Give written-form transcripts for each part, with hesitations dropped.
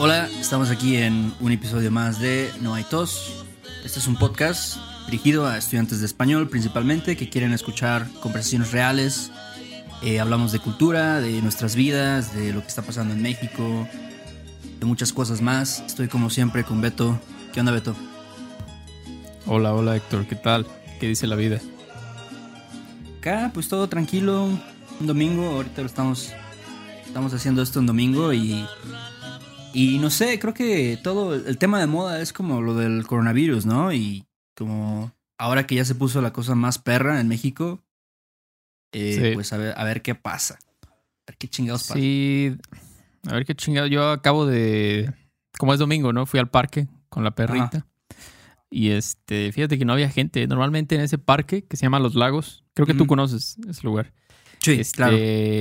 Hola, estamos aquí en un episodio más de No hay tos. Este es un podcast dirigido a estudiantes de español principalmente que quieren escuchar conversaciones reales. Hablamos de cultura, de nuestras vidas, de lo que está pasando en México, de muchas cosas más. Estoy como siempre con Beto. ¿Qué onda, Beto? Hola Héctor, ¿qué tal? ¿Qué dice la vida? Acá pues todo tranquilo, un domingo. Ahorita estamos haciendo esto un domingo y no sé, creo que todo el tema de moda es como lo del coronavirus, ¿no? Y como ahora que ya se puso la cosa más perra en México, Sí. pues a ver qué pasa. A ver qué chingados pasa. Sí, a ver qué chingado. Yo acabo de... Como es domingo, ¿no? Fui al parque con la perrita. Ajá. Y fíjate que no había gente. Normalmente en ese parque que se llama Los Lagos, creo que tú conoces ese lugar. Sí, claro.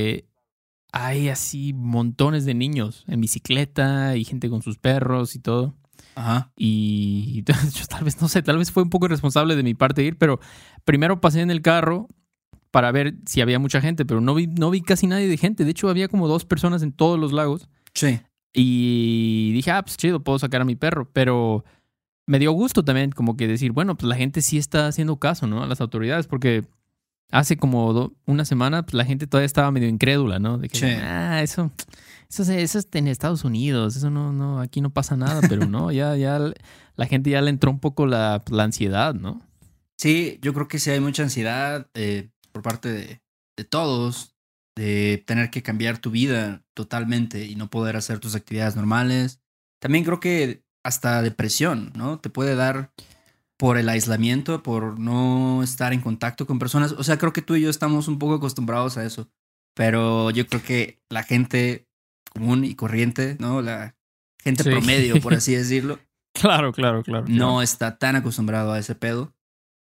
Hay así montones de niños en bicicleta y gente con sus perros y todo. Ajá. Y yo tal vez fue un poco irresponsable de mi parte ir, pero primero pasé en el carro para ver si había mucha gente, pero no vi casi nadie de gente. De hecho, había como 2 personas en todos los lagos. Sí. Y dije, pues chido, puedo sacar a mi perro. Pero me dio gusto también como que decir, bueno, pues la gente sí está haciendo caso, ¿no? A las autoridades, porque hace como una semana pues la gente todavía estaba medio incrédula, ¿no? De que, Sí. eso es en Estados Unidos, eso no, aquí no pasa nada, pero no, ya la gente ya le entró un poco la ansiedad, ¿no? Sí, yo creo que sí hay mucha ansiedad por parte de todos, de tener que cambiar tu vida totalmente y no poder hacer tus actividades normales. También creo que hasta depresión, ¿no? Te puede dar por el aislamiento, por no estar en contacto con personas. O sea, creo que tú y yo estamos un poco acostumbrados a eso, pero yo creo que la gente común y corriente, ¿no? La gente Sí. promedio, por así decirlo, Claro. no está tan acostumbrado a ese pedo.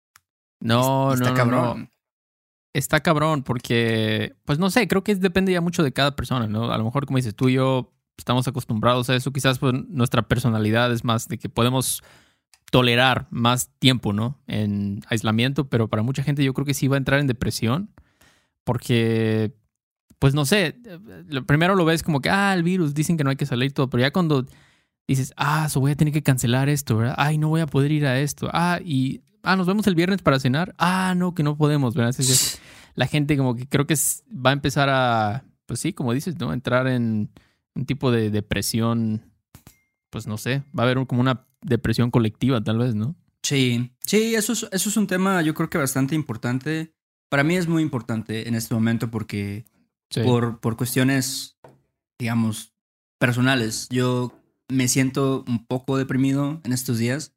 No, Está cabrón. Está cabrón porque, pues no sé, creo que depende ya mucho de cada persona, ¿no? A lo mejor, como dices, tú y yo estamos acostumbrados a eso. Quizás pues, nuestra personalidad es más de que podemos tolerar más tiempo, ¿no? En aislamiento, pero para mucha gente yo creo que sí va a entrar en depresión porque, pues no sé, lo primero lo ves como que, el virus, dicen que no hay que salir y todo, pero ya cuando dices, voy a tener que cancelar esto, ¿verdad? No voy a poder ir a esto. Nos vemos el viernes para cenar. No, que no podemos, ¿verdad? Entonces, la gente como que creo que va a empezar a, pues sí, como dices, ¿no? Entrar en un tipo de depresión, pues no sé, va a haber como una depresión colectiva tal vez, ¿no? Sí, eso es un tema yo creo que bastante importante. Para mí es muy importante en este momento porque Sí. por cuestiones, digamos, personales, yo me siento un poco deprimido en estos días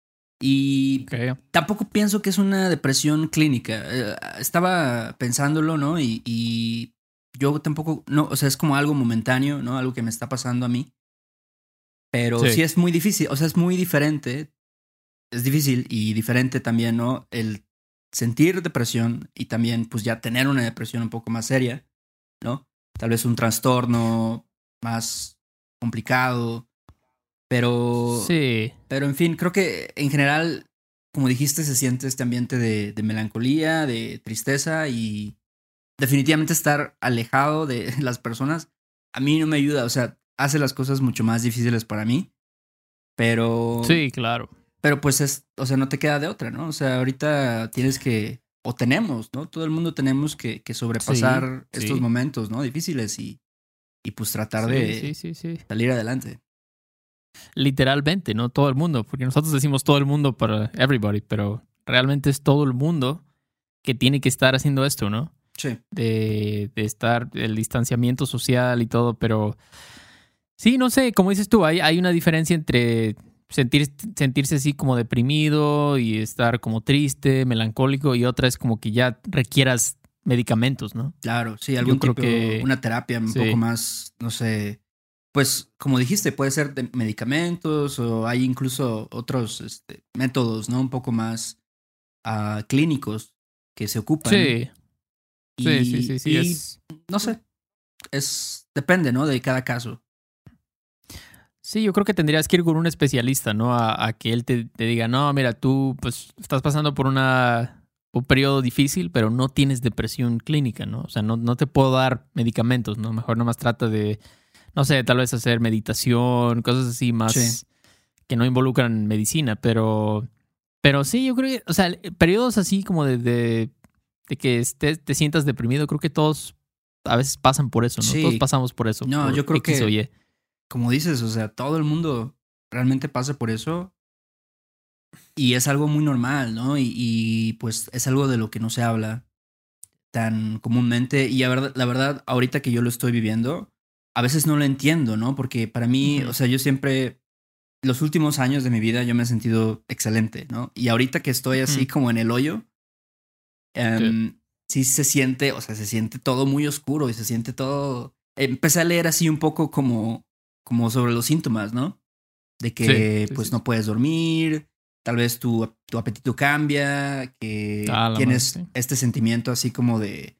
y Okay. tampoco pienso que es una depresión clínica. Estaba pensándolo, ¿no? Y yo tampoco, no, o sea, es como algo momentáneo, ¿no? Algo que me está pasando a mí. Pero sí es muy difícil, o sea, es muy diferente. Es difícil y diferente también, ¿no? El sentir depresión y también, pues ya tener una depresión un poco más seria, ¿no? Tal vez un trastorno más complicado, pero Sí. en fin, creo que en general, como dijiste, se siente este ambiente de melancolía, de tristeza y definitivamente estar alejado de las personas a mí no me ayuda, o sea, hace las cosas mucho más difíciles para mí, pero Sí, claro. Pero pues o sea, no te queda de otra, ¿no? O sea, ahorita tienes que, o tenemos, ¿no? Todo el mundo tenemos que sobrepasar estos Sí. momentos, ¿no? Difíciles y pues tratar Sí. de salir adelante. Literalmente, ¿no? Todo el mundo, porque nosotros decimos todo el mundo para everybody, pero realmente es todo el mundo que tiene que estar haciendo esto, ¿no? Sí. De estar el distanciamiento social y todo, pero sí, no sé, como dices tú, hay una diferencia entre sentirse así como deprimido y estar como triste, melancólico, y otra es como que ya requieras medicamentos, ¿no? Claro, sí, Yo algún creo tipo, que una terapia un sí. poco más, no sé, pues como dijiste, puede ser de medicamentos o hay incluso otros métodos, ¿no? Un poco más clínicos que se ocupan. Sí. Y Es... no sé, depende, ¿no? De cada caso. Sí, yo creo que tendrías que ir con un especialista, ¿no? A que él te diga, no, mira, tú pues estás pasando por un periodo difícil, pero no tienes depresión clínica, ¿no? O sea, no te puedo dar medicamentos, ¿no? Mejor nomás trata de, no sé, tal vez hacer meditación, cosas así más que no involucran medicina, pero sí, yo creo que, o sea, periodos así como de que te sientas deprimido, creo que todos a veces pasan por eso, ¿no? Sí. Todos pasamos por eso. No, por yo creo X o Y. como dices, o sea, todo el mundo realmente pasa por eso y es algo muy normal, ¿no? Y pues es algo de lo que no se habla tan comúnmente y la verdad, ahorita que yo lo estoy viviendo, a veces no lo entiendo, ¿no? Porque para mí, o sea, yo siempre, los últimos años de mi vida yo me he sentido excelente, ¿no? Y ahorita que estoy así como en el hoyo, sí se siente, o sea, se siente todo muy oscuro y se siente todo... Empecé a leer así un poco como sobre los síntomas, ¿no? De que pues no puedes dormir, tal vez tu apetito cambia, que tienes este sentimiento así como de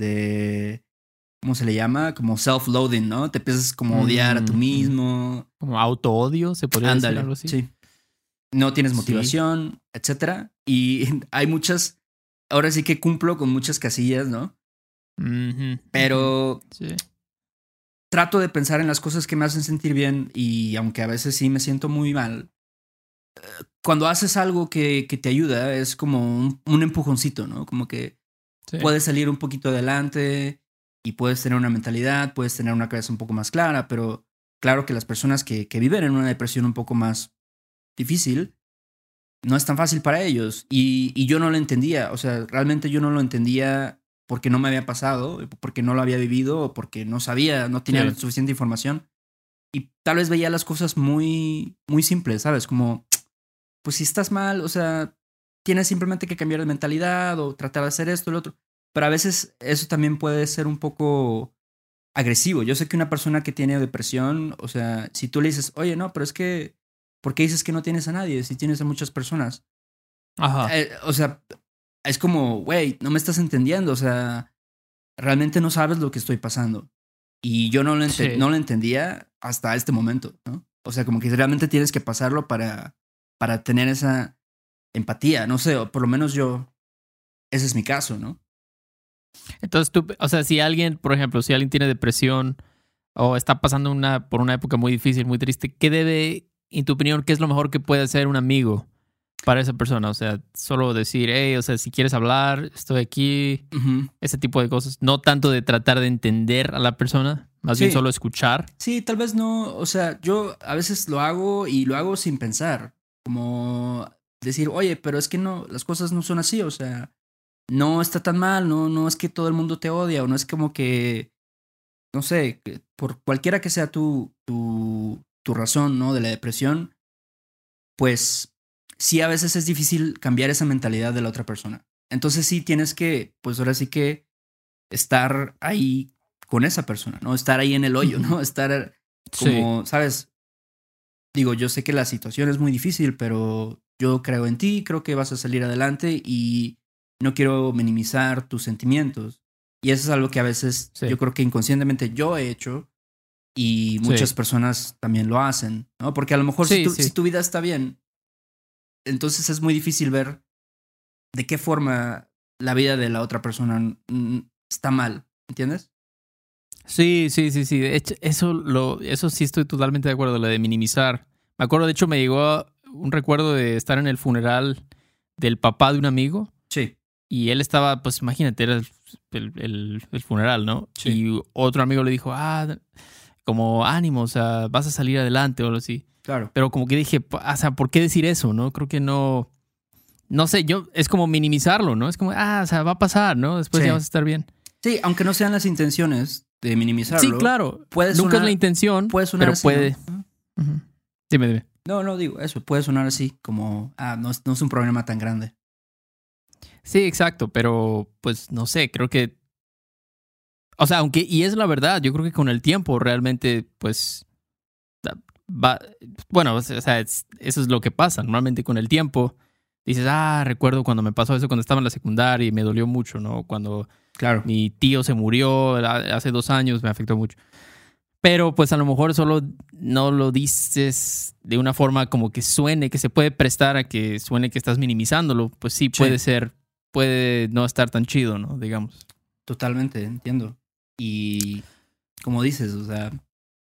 ¿cómo se le llama? Como self-loathing, ¿no? Te empiezas como a odiar a tú mismo. Como auto-odio, se podría decir algo así. Sí. No tienes motivación, etcétera. Y hay muchas, ahora sí que cumplo con muchas casillas, ¿no? Pero trato de pensar en las cosas que me hacen sentir bien y aunque a veces sí me siento muy mal, cuando haces algo que te ayuda es como un empujoncito, ¿no? Como que puedes salir un poquito adelante y puedes tener una mentalidad, puedes tener una cabeza un poco más clara, pero claro que las personas que viven en una depresión un poco más difícil, no es tan fácil para ellos y yo no lo entendía, o sea, realmente yo no lo entendía porque no me había pasado, porque no lo había vivido o porque no sabía, no tenía suficiente información y tal vez veía las cosas muy, muy simples, ¿sabes? Como, pues si estás mal, o sea, tienes simplemente que cambiar de mentalidad o tratar de hacer esto y lo otro, pero a veces eso también puede ser un poco agresivo. Yo sé que una persona que tiene depresión, o sea, si tú le dices, oye, no, pero es que, ¿por qué dices que no tienes a nadie si tienes a muchas personas? Ajá. O sea, es como, güey, no me estás entendiendo, o sea, realmente no sabes lo que estoy pasando. Y yo no lo entendía hasta este momento, ¿no? O sea, como que realmente tienes que pasarlo para tener esa empatía, no sé, o por lo menos yo, ese es mi caso, ¿no? Entonces tú, o sea, si alguien, por ejemplo, si alguien tiene depresión o está pasando por una época muy difícil, muy triste, ¿qué debe, en tu opinión, qué es lo mejor que puede hacer un amigo para esa persona? O sea, solo decir, hey, o sea, si quieres hablar, estoy aquí, ese tipo de cosas. No tanto de tratar de entender a la persona, más bien solo escuchar. Sí, tal vez no, o sea, yo a veces lo hago y lo hago sin pensar, como decir, oye, pero es que no, las cosas no son así, o sea, no está tan mal, no es que todo el mundo te odia, o no es como que, no sé, que por cualquiera que sea tu razón, ¿no? De la depresión, pues sí, a veces es difícil cambiar esa mentalidad de la otra persona. Entonces sí tienes que, pues ahora sí que estar ahí con esa persona, ¿no? Estar ahí en el hoyo, ¿no? Estar como, ¿sabes? Digo, yo sé que la situación es muy difícil, pero yo creo en ti, creo que vas a salir adelante y no quiero minimizar tus sentimientos. Y eso es algo que a veces yo creo que inconscientemente yo he hecho y muchas personas también lo hacen, ¿no? Porque a lo mejor si tu vida está bien, entonces es muy difícil ver de qué forma la vida de la otra persona está mal, ¿entiendes? Sí. De hecho, eso sí estoy totalmente de acuerdo, lo de minimizar. Me acuerdo, de hecho, me llegó un recuerdo de estar en el funeral del papá de un amigo. Sí. Y él estaba, pues imagínate, era el funeral, ¿no? Sí. Y otro amigo le dijo, como ánimo, o sea, vas a salir adelante o algo así. Claro. Pero como que dije, o sea, ¿por qué decir eso, no? Creo que no sé, es como minimizarlo, ¿no? Es como, o sea, va a pasar, ¿no? Después ya vas a estar bien. Sí, aunque no sean las intenciones de minimizarlo. Sí, claro. Nunca es la intención, pero así, puede. ¿no? Dime. No, digo, eso puede sonar así, como, no es un problema tan grande. Sí, exacto, pero pues no sé, creo que, o sea, aunque, y es la verdad, yo creo que con el tiempo realmente, pues, bueno, o sea, eso es lo que pasa, normalmente con el tiempo dices, recuerdo cuando me pasó eso cuando estaba en la secundaria y me dolió mucho, ¿no? Cuando mi tío se murió hace 2 años, me afectó mucho. Pero pues a lo mejor solo no lo dices de una forma como que suene, que se puede prestar a que suene que estás minimizándolo. Pues sí, puede no estar tan chido, ¿no? Digamos. Totalmente, entiendo. Y como dices, o sea,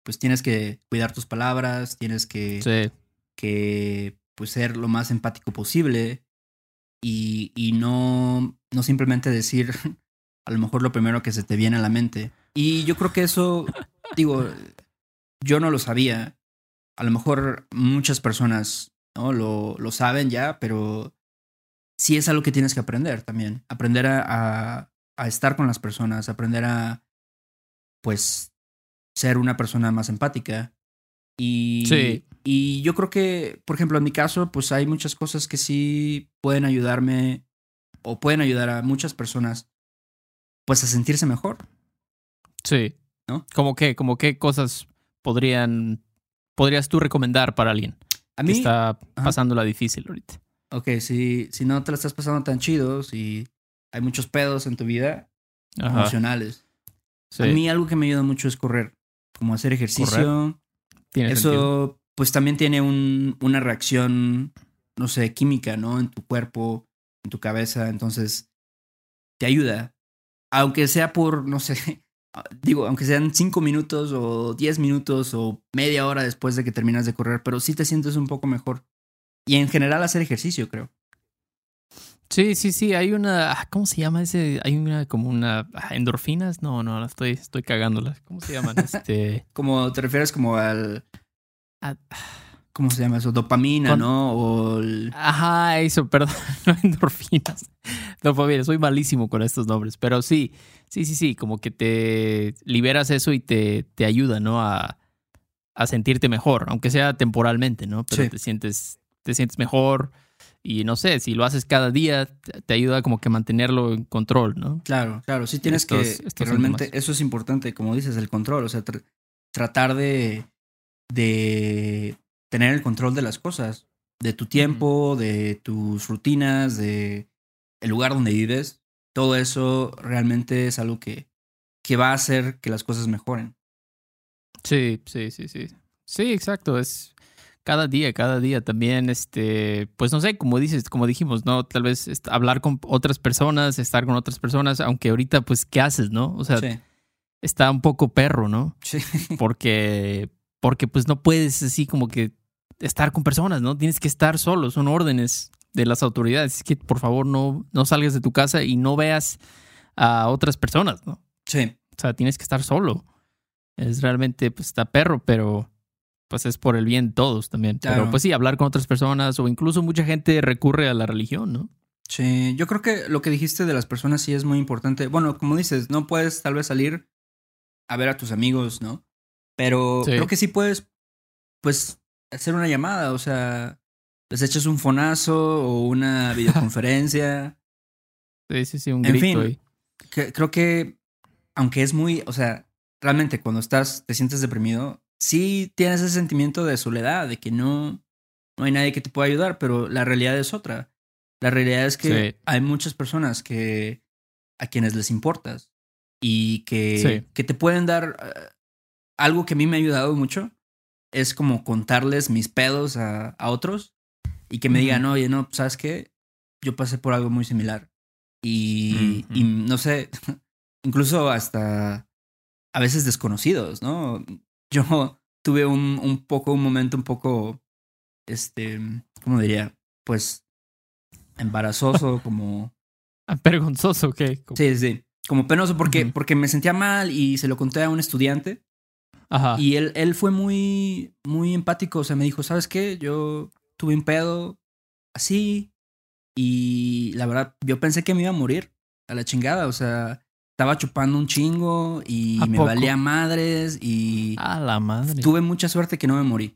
pues tienes que cuidar tus palabras, tienes Sí. que pues ser lo más empático posible y no simplemente decir a lo mejor lo primero que se te viene a la mente. Y yo creo que eso, digo, yo no lo sabía. A lo mejor muchas personas, ¿no? Lo saben ya, pero sí es algo que tienes que aprender también. Aprender a estar con las personas, aprender a, pues, ser una persona más empática. Sí. Y yo creo que, por ejemplo, en mi caso, pues hay muchas cosas que sí pueden ayudarme o pueden ayudar a muchas personas, pues, a sentirse mejor, Sí. ¿no? Como qué cosas podrías tú recomendar para alguien A que mí, está ajá, pasándola difícil ahorita? ok, si no te la estás pasando tan chido, si hay muchos pedos en tu vida Ajá. emocionales. A Sí. mí algo que me ayuda mucho es correr, como hacer Correr. ejercicio. Tiene sentido. Eso pues también tiene una reacción, no sé, química, ¿no? En tu cuerpo, en tu cabeza. Entonces te ayuda. Aunque sea por, no sé, digo, aunque sean 5 minutos o 10 minutos o media hora después de que terminas de correr, pero sí te sientes un poco mejor. Y en general hacer ejercicio, creo. Sí, sí, sí. Hay una. ¿Cómo se llama ese? Hay una como una. ¿Endorfinas? No, estoy cagándolas. ¿Cómo se llaman? Como te refieres como al, Ah, ¿cómo se llama eso? Dopamina, con, ¿no? Ajá, eso, perdón, no endorfinas. No, pues mira, soy malísimo con estos nombres, pero sí, sí, sí, sí, como que te liberas eso y te ayuda, ¿no? A sentirte mejor, aunque sea temporalmente, ¿no? Pero Sí, te sientes mejor y no sé, si lo haces cada día, te ayuda como que a mantenerlo en control, ¿no? claro, claro. Sí tienes que Estos realmente, síntomas. eso es importante, como dices, el control. O sea, tratar de tener el control de las cosas, de tu Ujú. tiempo, de tus rutinas, de el lugar donde vives. Todo eso realmente es algo que va a hacer que las cosas mejoren. Sí, sí, sí, sí. Sí, exacto, es cada día también, pues no sé, como dices, como dijimos, ¿no? Tal vez hablar con otras personas, estar con otras personas, aunque ahorita, pues, ¿qué haces, no? O sea, Sí, está un poco perro, ¿no? sí, Porque, porque pues no puedes así como que estar con personas, ¿no? Tienes que estar solo, son órdenes de las autoridades. Es que por favor no salgas de tu casa y no veas a otras personas, ¿no? sí, O sea, tienes que estar solo. Es realmente, pues está perro, pero pues es por el bien de todos también. Pero claro. pues sí, hablar con otras personas o incluso mucha gente recurre a la religión, ¿no? Sí, yo creo que lo que dijiste de las personas sí es muy importante. Bueno, como dices, no puedes tal vez salir a ver a tus amigos, ¿no? Pero creo Sí, que sí puedes, pues, hacer una llamada, o sea, les echas un fonazo o una videoconferencia. sí, sí, sí, un En grito fin, ahí. creo que, aunque es muy, o sea, realmente cuando te sientes deprimido, sí tienes ese sentimiento de soledad, de que no hay nadie que te pueda ayudar, pero la realidad es otra. La realidad es Sí, que hay muchas personas a quienes les importas y sí. que te pueden dar algo que a mí me ha ayudado mucho es como contarles mis pedos a otros y que me Ujú, digan, oye, no, ¿sabes qué? Yo pasé por algo muy similar. Y ujú. no sé, incluso hasta a veces desconocidos, ¿no? Yo tuve un momento un poco, este, ¿cómo diría? Pues embarazoso, como, Ah, vergonzoso, ¿qué? sí, sí, como penoso Ujú. porque me sentía mal y se lo conté a un estudiante. Ajá. Y él fue muy empático. O sea, me dijo, ¿sabes qué? Yo tuve un pedo así. Y la verdad, yo pensé que me iba a morir a la chingada. O sea, estaba chupando un chingo ¿A y me poco? valía madres. Y A la madre. tuve mucha suerte que no me morí.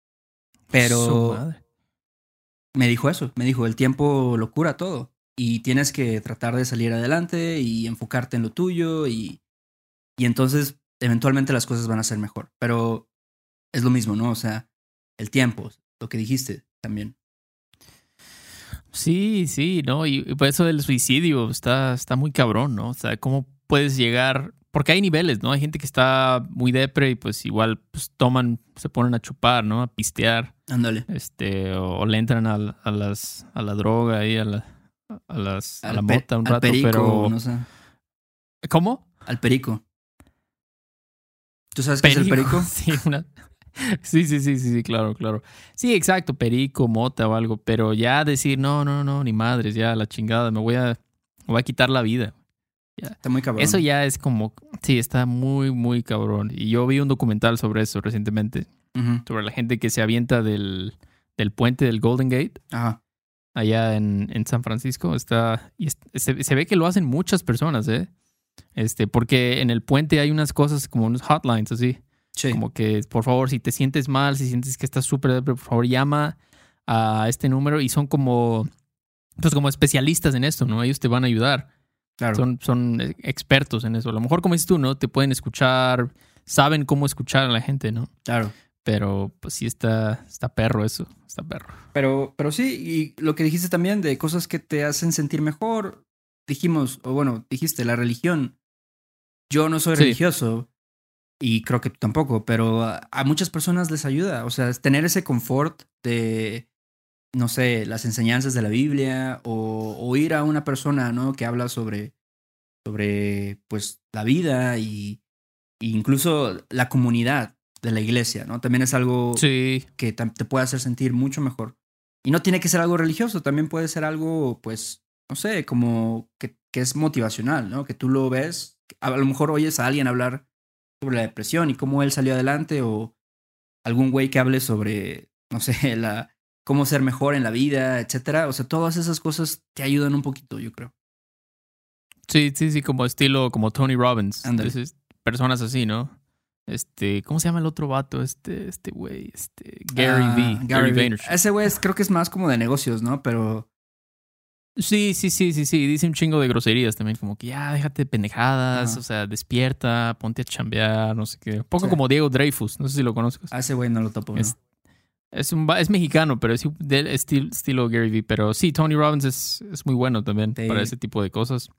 Su Pero madre. me dijo eso. Me dijo, el tiempo lo cura todo. Y tienes que tratar de salir adelante y enfocarte en lo tuyo. Y entonces, eventualmente las cosas van a ser mejor. Pero es lo mismo, ¿no? O sea, el tiempo, lo que dijiste también. Sí, sí, ¿no? Y por eso el suicidio está muy cabrón, ¿no? O sea, ¿cómo puedes llegar? Porque hay niveles, ¿no? Hay gente que está muy depre y pues igual pues toman, se ponen a chupar, ¿no? A pistear, Ándale. o le entran a la droga y a la mota un Al rato, perico, pero no sé. ¿cómo? Al perico. ¿Tú sabes qué es el perico? Sí, sí, claro. Sí, exacto, perico, mota o algo, pero ya decir, no, ni madres, ya la chingada, me voy a quitar la vida. Ya. Está muy cabrón. Eso ya es como, sí, está muy, muy cabrón. Y yo vi un documental sobre eso recientemente, sobre la gente que se avienta del puente del Golden Gate, Ajá. allá en San Francisco. Se ve que lo hacen muchas personas, ¿eh? Porque en el puente hay unas cosas como unos hotlines así. Sí. Como que, por favor, si te sientes mal, si sientes que estás súper, por favor, llama a este número y son como, pues como especialistas en esto, ¿no? Ellos te van a ayudar. Claro. Son expertos en eso. A lo mejor, como dices tú, ¿no? Te pueden escuchar, saben cómo escuchar a la gente, ¿no? Claro. Pero, pues sí está perro eso, está perro. Pero sí, y lo que dijiste también de cosas que te hacen sentir mejor, dijiste, la religión. Yo no soy Sí. religioso y creo que tú tampoco, pero a muchas personas les ayuda. O sea, tener ese confort de, no sé, las enseñanzas de la Biblia o oír a una persona, ¿no? Que habla sobre pues, la vida y incluso la comunidad de la iglesia, ¿no? También es algo Sí. que te puede hacer sentir mucho mejor. Y no tiene que ser algo religioso, también puede ser algo, pues, no sé, como que es motivacional, ¿no? Que tú lo ves, a lo mejor oyes a alguien hablar sobre la depresión y cómo él salió adelante, o algún güey que hable sobre, no sé, cómo ser mejor en la vida, etcétera. O sea, todas esas cosas te ayudan un poquito, yo creo. Sí, como estilo, como Tony Robbins. Ándale. Personas así, ¿no? ¿Cómo se llama el otro vato? Güey, Gary V. Gary Vaynerchuk. Ese güey creo que es más como de negocios, ¿no? Pero Sí. Dice un chingo de groserías también, como que ya déjate de pendejadas, Ajá. o sea, despierta, ponte a chambear, no sé qué. Un poco Sí. como Diego Dreyfus, no sé si lo conozcas. a ese güey no lo topo, ¿no? Es mexicano, pero es del estilo Gary Vee. Pero sí, Tony Robbins es muy bueno también Sí. para ese tipo de cosas.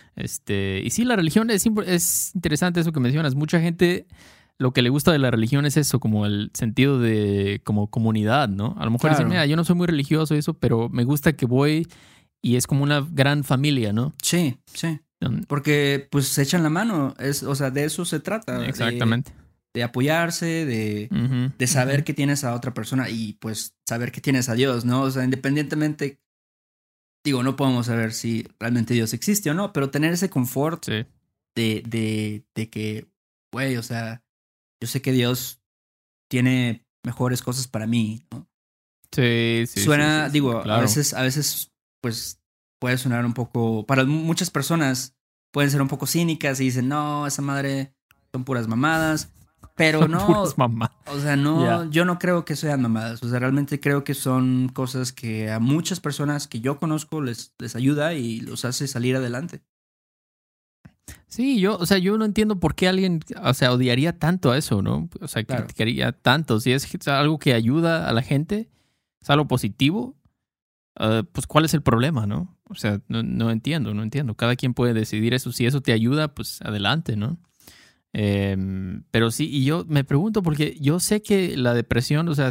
Y sí, la religión es interesante eso que mencionas. Mucha gente lo que le gusta de la religión es eso, como el sentido de como comunidad, ¿no? A lo mejor dicen, mira, yo no soy muy religioso y eso, pero me gusta que voy y es como una gran familia, ¿no? Sí. Porque pues se echan la mano, o sea, de eso se trata. Exactamente. De apoyarse, de saber que tienes a otra persona y pues saber que tienes a Dios, ¿no? O sea, independientemente, digo, no podemos saber si realmente Dios existe o no, pero tener ese confort Sí. de que, güey, o sea, yo sé que Dios tiene mejores cosas para mí, ¿no? Sí. Suena, digo, claro. a veces, pues puede sonar un poco, para muchas personas pueden ser un poco cínicas y dicen, no, esa madre son puras mamadas, pero Son no, puras mamás. o sea, no, yo no creo que sean mamadas, o sea, realmente creo que son cosas que a muchas personas que yo conozco les ayuda y los hace salir adelante. Sí, yo no entiendo por qué alguien, o sea, odiaría tanto a eso, ¿no? O sea, Claro. criticaría tanto. Si es algo que ayuda a la gente, es algo positivo, pues ¿cuál es el problema, no? O sea, no entiendo. Cada quien puede decidir eso. Si eso te ayuda, pues adelante, ¿no? Pero sí, y yo me pregunto porque yo sé que la depresión, o sea,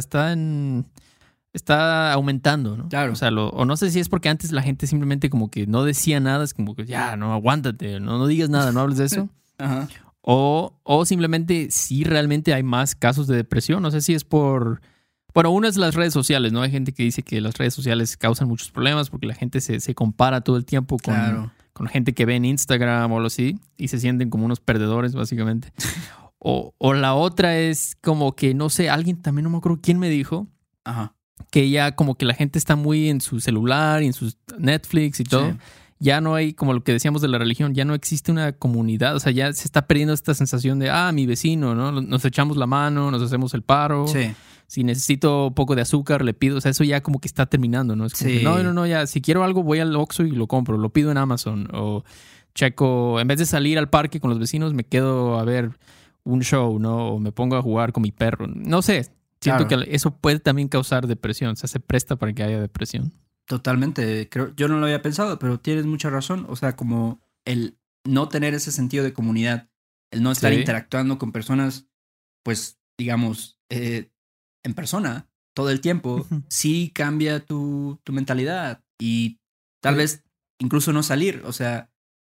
está aumentando, ¿no? Claro. O sea, o no sé si es porque antes la gente simplemente como que no decía nada, es como que ya, no, aguántate, no digas nada, no hables de eso. Ajá. O simplemente sí realmente hay más casos de depresión. No sé si es por... Bueno, una es las redes sociales, ¿no? Hay gente que dice que las redes sociales causan muchos problemas porque la gente se compara todo el tiempo con gente que ve en Instagram o algo así y se sienten como unos perdedores, básicamente. O la otra es como que, no sé, alguien también, no me acuerdo quién me dijo, Ajá. que ya como que la gente está muy en su celular y en sus Netflix y todo. Sí. Ya no hay, como lo que decíamos de la religión, ya no existe una comunidad. O sea, ya se está perdiendo esta sensación de, mi vecino, ¿no? Nos echamos la mano, nos hacemos el paro. Sí. Si necesito un poco de azúcar, le pido. O sea, eso ya como que está terminando, ¿no? Es como que, no, ya. Si quiero algo, voy al Oxxo y lo compro. Lo pido en Amazon. O checo, en vez de salir al parque con los vecinos, me quedo a ver un show, ¿no? O me pongo a jugar con mi perro. No sé. Siento que eso puede también causar depresión. O sea, se presta para que haya depresión. Totalmente. Yo no lo había pensado, pero tienes mucha razón. O sea, como el no tener ese sentido de comunidad, el no estar interactuando con personas, pues, digamos, en persona todo el tiempo, sí cambia tu mentalidad y tal vez incluso no salir. O sea,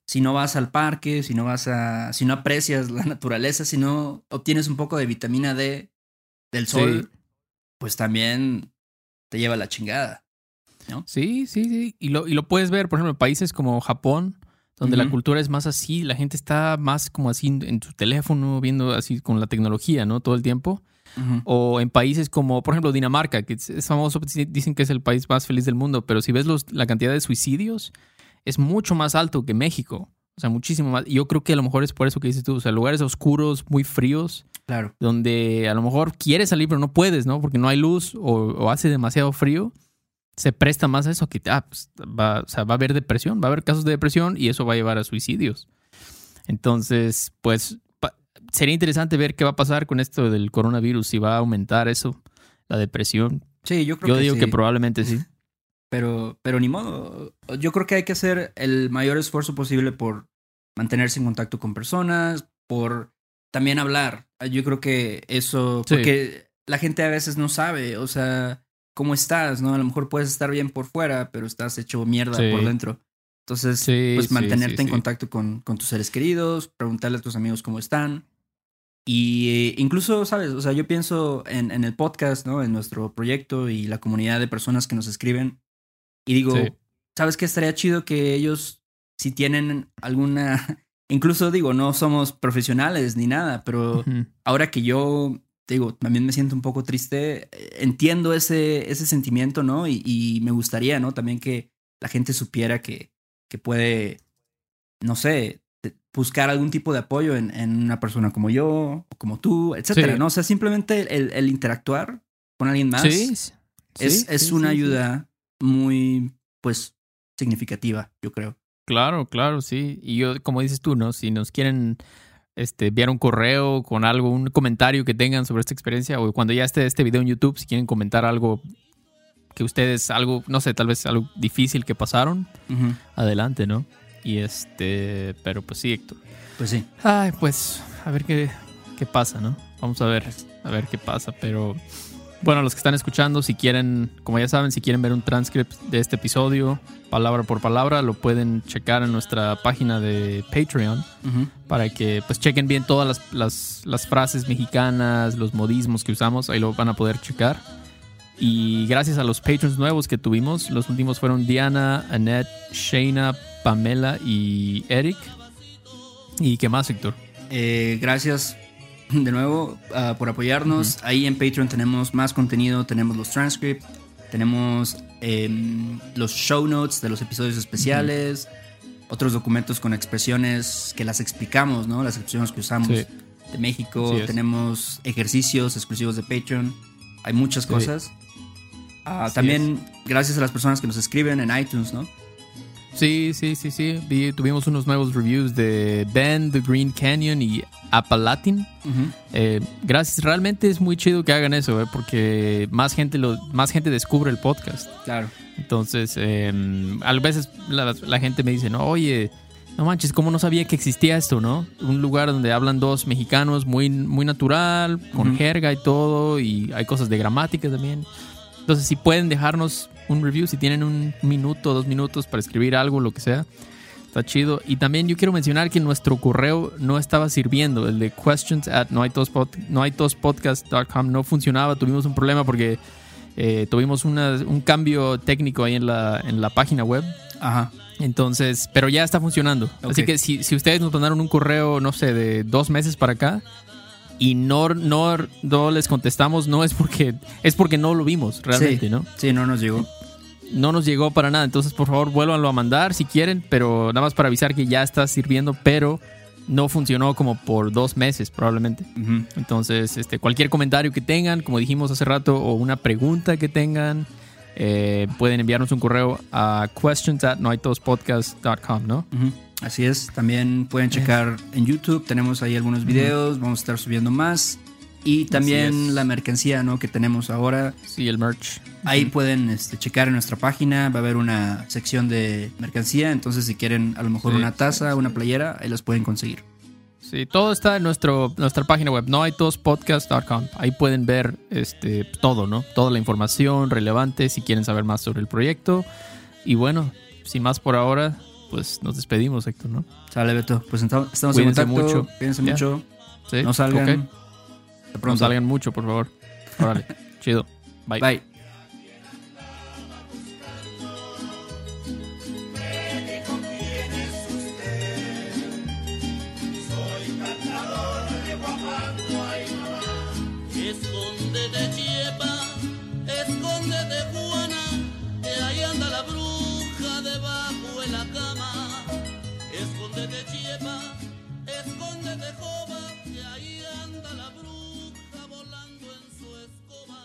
si no vas al parque, si no aprecias la naturaleza, si no obtienes un poco de vitamina D del sol, pues también te lleva la chingada, ¿no? Sí. Y lo puedes ver, por ejemplo, en países como Japón, donde la cultura es más así, la gente está más como así en su teléfono, viendo así con la tecnología, ¿no? Todo el tiempo. O en países como, por ejemplo, Dinamarca, que es famoso, dicen que es el país más feliz del mundo, pero si ves la cantidad de suicidios, es mucho más alto que México. O sea, muchísimo más. Y yo creo que a lo mejor es por eso que dices tú, o sea, lugares oscuros, muy fríos, claro, donde a lo mejor quieres salir, pero no puedes, ¿no? Porque no hay luz o hace demasiado frío. Se presta más a eso que pues, va a haber depresión, va a haber casos de depresión y eso va a llevar a suicidios. Entonces, pues sería interesante ver qué va a pasar con esto del coronavirus, si va a aumentar eso, la depresión. Sí, yo creo que digo sí. que probablemente sí. Pero ni modo. Yo creo que hay que hacer el mayor esfuerzo posible por mantenerse en contacto con personas, por también hablar. Yo creo que eso, porque la gente a veces no sabe, o sea, cómo estás, ¿no? A lo mejor puedes estar bien por fuera, pero estás hecho mierda por dentro. Entonces, pues mantenerte en contacto con tus seres queridos, preguntarle a tus amigos cómo están. Y incluso, ¿sabes? O sea, yo pienso en el podcast, ¿no? En nuestro proyecto y la comunidad de personas que nos escriben. Y digo, ¿sabes qué? Estaría chido que ellos, si tienen alguna... Incluso digo, no somos profesionales ni nada, pero ahora que yo, digo, también me siento un poco triste, entiendo ese sentimiento, ¿no? Y me gustaría, ¿no? También que la gente supiera que puede, no sé, buscar algún tipo de apoyo en una persona como yo, o como tú, etcétera, ¿no? O sea, simplemente el interactuar con alguien más es una ayuda muy, pues, significativa, yo creo. Claro, sí. Y yo, como dices tú, ¿no? Si nos quieren enviar un correo con algo, un comentario que tengan sobre esta experiencia, o cuando ya esté este video en YouTube, si quieren comentar algo que ustedes, algo, no sé, tal vez algo difícil que pasaron, adelante, ¿no? Y pero pues sí, Héctor. Pues sí. Ay, pues, a ver qué pasa, ¿no? Vamos a ver qué pasa, pero... Bueno, los que están escuchando, si quieren, como ya saben, si quieren ver un transcript de este episodio, palabra por palabra, lo pueden checar en nuestra página de Patreon para que pues chequen bien todas las frases mexicanas, los modismos que usamos, ahí lo van a poder checar. Y gracias a los patrons nuevos que tuvimos, los últimos fueron Diana, Annette, Shayna, Pamela y Eric. ¿Y qué más, Héctor? Gracias de nuevo por apoyarnos. Ahí en Patreon tenemos más contenido, tenemos los transcripts, tenemos los show notes de los episodios especiales, otros documentos con expresiones que las explicamos, ¿no? Las expresiones que usamos de México. Tenemos ejercicios exclusivos de Patreon. Hay muchas cosas. También gracias a las personas que nos escriben en iTunes, ¿no? Sí. Tuvimos unos nuevos reviews de Ben, The Green Canyon y Apalatin. Gracias, realmente es muy chido que hagan eso, porque más gente descubre el podcast. Claro. Entonces, a veces la gente me dice, no, oye, no manches, ¿cómo no sabía que existía esto, no? Un lugar donde hablan dos mexicanos muy, muy natural, con jerga y todo, y hay cosas de gramática también. Entonces, si pueden dejarnos un review, si tienen 1 minuto, 2 minutos para escribir algo, lo que sea, está chido. Y también yo quiero mencionar que nuestro correo no estaba sirviendo. El de questions@noaitospodcast.com no funcionaba. Tuvimos un problema porque tuvimos un cambio técnico ahí en la página web. Ajá. Entonces, pero ya está funcionando. Okay. Así que si ustedes nos mandaron un correo, no sé, de 2 meses para acá, y no les contestamos, es porque no lo vimos realmente, ¿no? Sí, no nos llegó. No nos llegó para nada. Entonces, por favor, vuélvanlo a mandar si quieren, pero nada más para avisar que ya está sirviendo, pero no funcionó como por 2 meses probablemente. Entonces, cualquier comentario que tengan, como dijimos hace rato, o una pregunta que tengan, pueden enviarnos un correo a questions@noaitospodcast.com, ¿no? Así es, también pueden checar en YouTube, tenemos ahí algunos videos, vamos a estar subiendo más. Y también la mercancía, ¿no? Que tenemos ahora. Sí, el merch. Ahí pueden checar en nuestra página, va a haber una sección de mercancía, entonces si quieren a lo mejor una taza, una playera, ahí las pueden conseguir. Sí, todo está en nuestra página web, noaitospodcast.com. Ahí pueden ver todo, ¿no? Toda la información relevante si quieren saber más sobre el proyecto. Y bueno, sin más por ahora, pues nos despedimos, Héctor, ¿no? Sale, Beto. Pues estamos Cuídense en contacto. mucho. Cuídense Ya. mucho. Sí, No salgan. ok. De pronto. No salgan mucho, por favor. Órale, chido. Bye. Bye. Escóndete, Chiepa, escóndete, Juana, que ahí anda la bruja debajo de la cama. Escóndete, Chiepa, escóndete, Joba, que ahí anda la bruja volando en su escoba.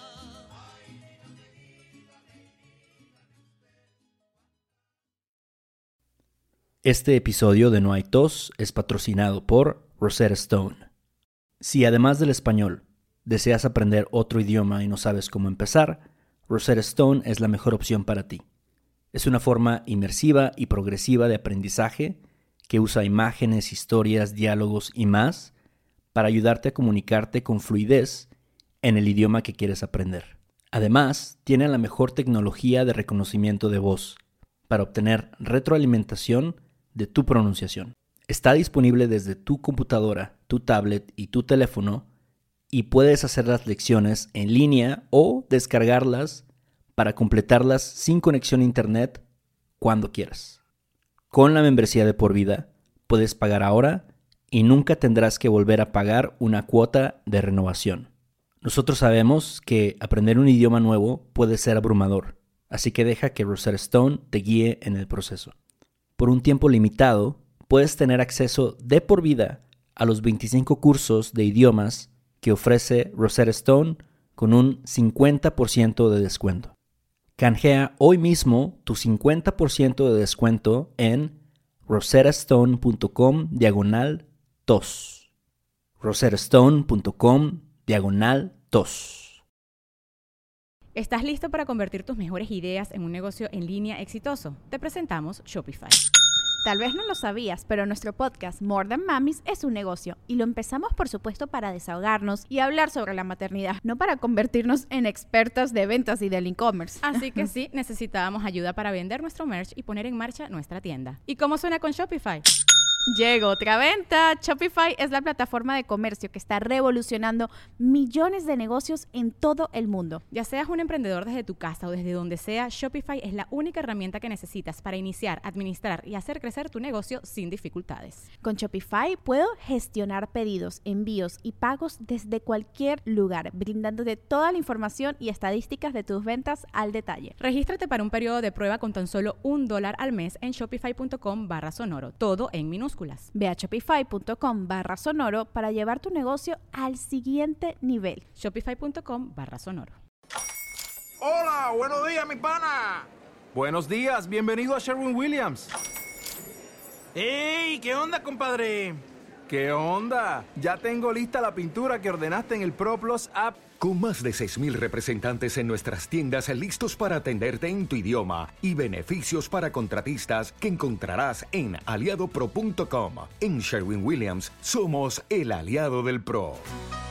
Este episodio de No hay tos es patrocinado por Rosetta Stone. Si además del español deseas aprender otro idioma y no sabes cómo empezar, Rosetta Stone es la mejor opción para ti. Es una forma inmersiva y progresiva de aprendizaje que usa imágenes, historias, diálogos y más para ayudarte a comunicarte con fluidez en el idioma que quieres aprender. Además, tiene la mejor tecnología de reconocimiento de voz para obtener retroalimentación de tu pronunciación. Está disponible desde tu computadora, tu tablet y tu teléfono y puedes hacer las lecciones en línea o descargarlas para completarlas sin conexión a internet cuando quieras. Con la membresía de por vida puedes pagar ahora y nunca tendrás que volver a pagar una cuota de renovación. Nosotros sabemos que aprender un idioma nuevo puede ser abrumador, así que deja que Rosetta Stone te guíe en el proceso. Por un tiempo limitado, puedes tener acceso de por vida a los 25 cursos de idiomas que ofrece Rosetta Stone con un 50% de descuento. Canjea hoy mismo tu 50% de descuento en rosettastone.com/tos. rosettastone.com/tos. ¿Estás listo para convertir tus mejores ideas en un negocio en línea exitoso? Te presentamos Shopify. Tal vez no lo sabías, pero nuestro podcast More Than Mamis es un negocio y lo empezamos por supuesto para desahogarnos y hablar sobre la maternidad, no para convertirnos en expertas de ventas y del e-commerce. Así que sí, necesitábamos ayuda para vender nuestro merch y poner en marcha nuestra tienda. ¿Y cómo suena con Shopify? Llegó otra venta. Shopify es la plataforma de comercio que está revolucionando millones de negocios en todo el mundo. Ya seas un emprendedor desde tu casa o desde donde sea, Shopify es la única herramienta que necesitas para iniciar, administrar y hacer crecer tu negocio sin dificultades. Con Shopify puedo gestionar pedidos, envíos y pagos desde cualquier lugar, brindándote toda la información y estadísticas de tus ventas al detalle. Regístrate para un periodo de prueba con tan solo $1 al mes en shopify.com/sonoro, todo en minúsculas. Ve a shopify.com/sonoro para llevar tu negocio al siguiente nivel. Shopify.com/sonoro. Hola, buenos días, mi pana. Buenos días, bienvenido a Sherwin-Williams. ¡Ey! ¿Qué onda, compadre? ¿Qué onda? Ya tengo lista la pintura que ordenaste en el ProPlus app. Con más de 6,000 representantes en nuestras tiendas listos para atenderte en tu idioma y beneficios para contratistas que encontrarás en aliadopro.com. En Sherwin-Williams somos el aliado del pro.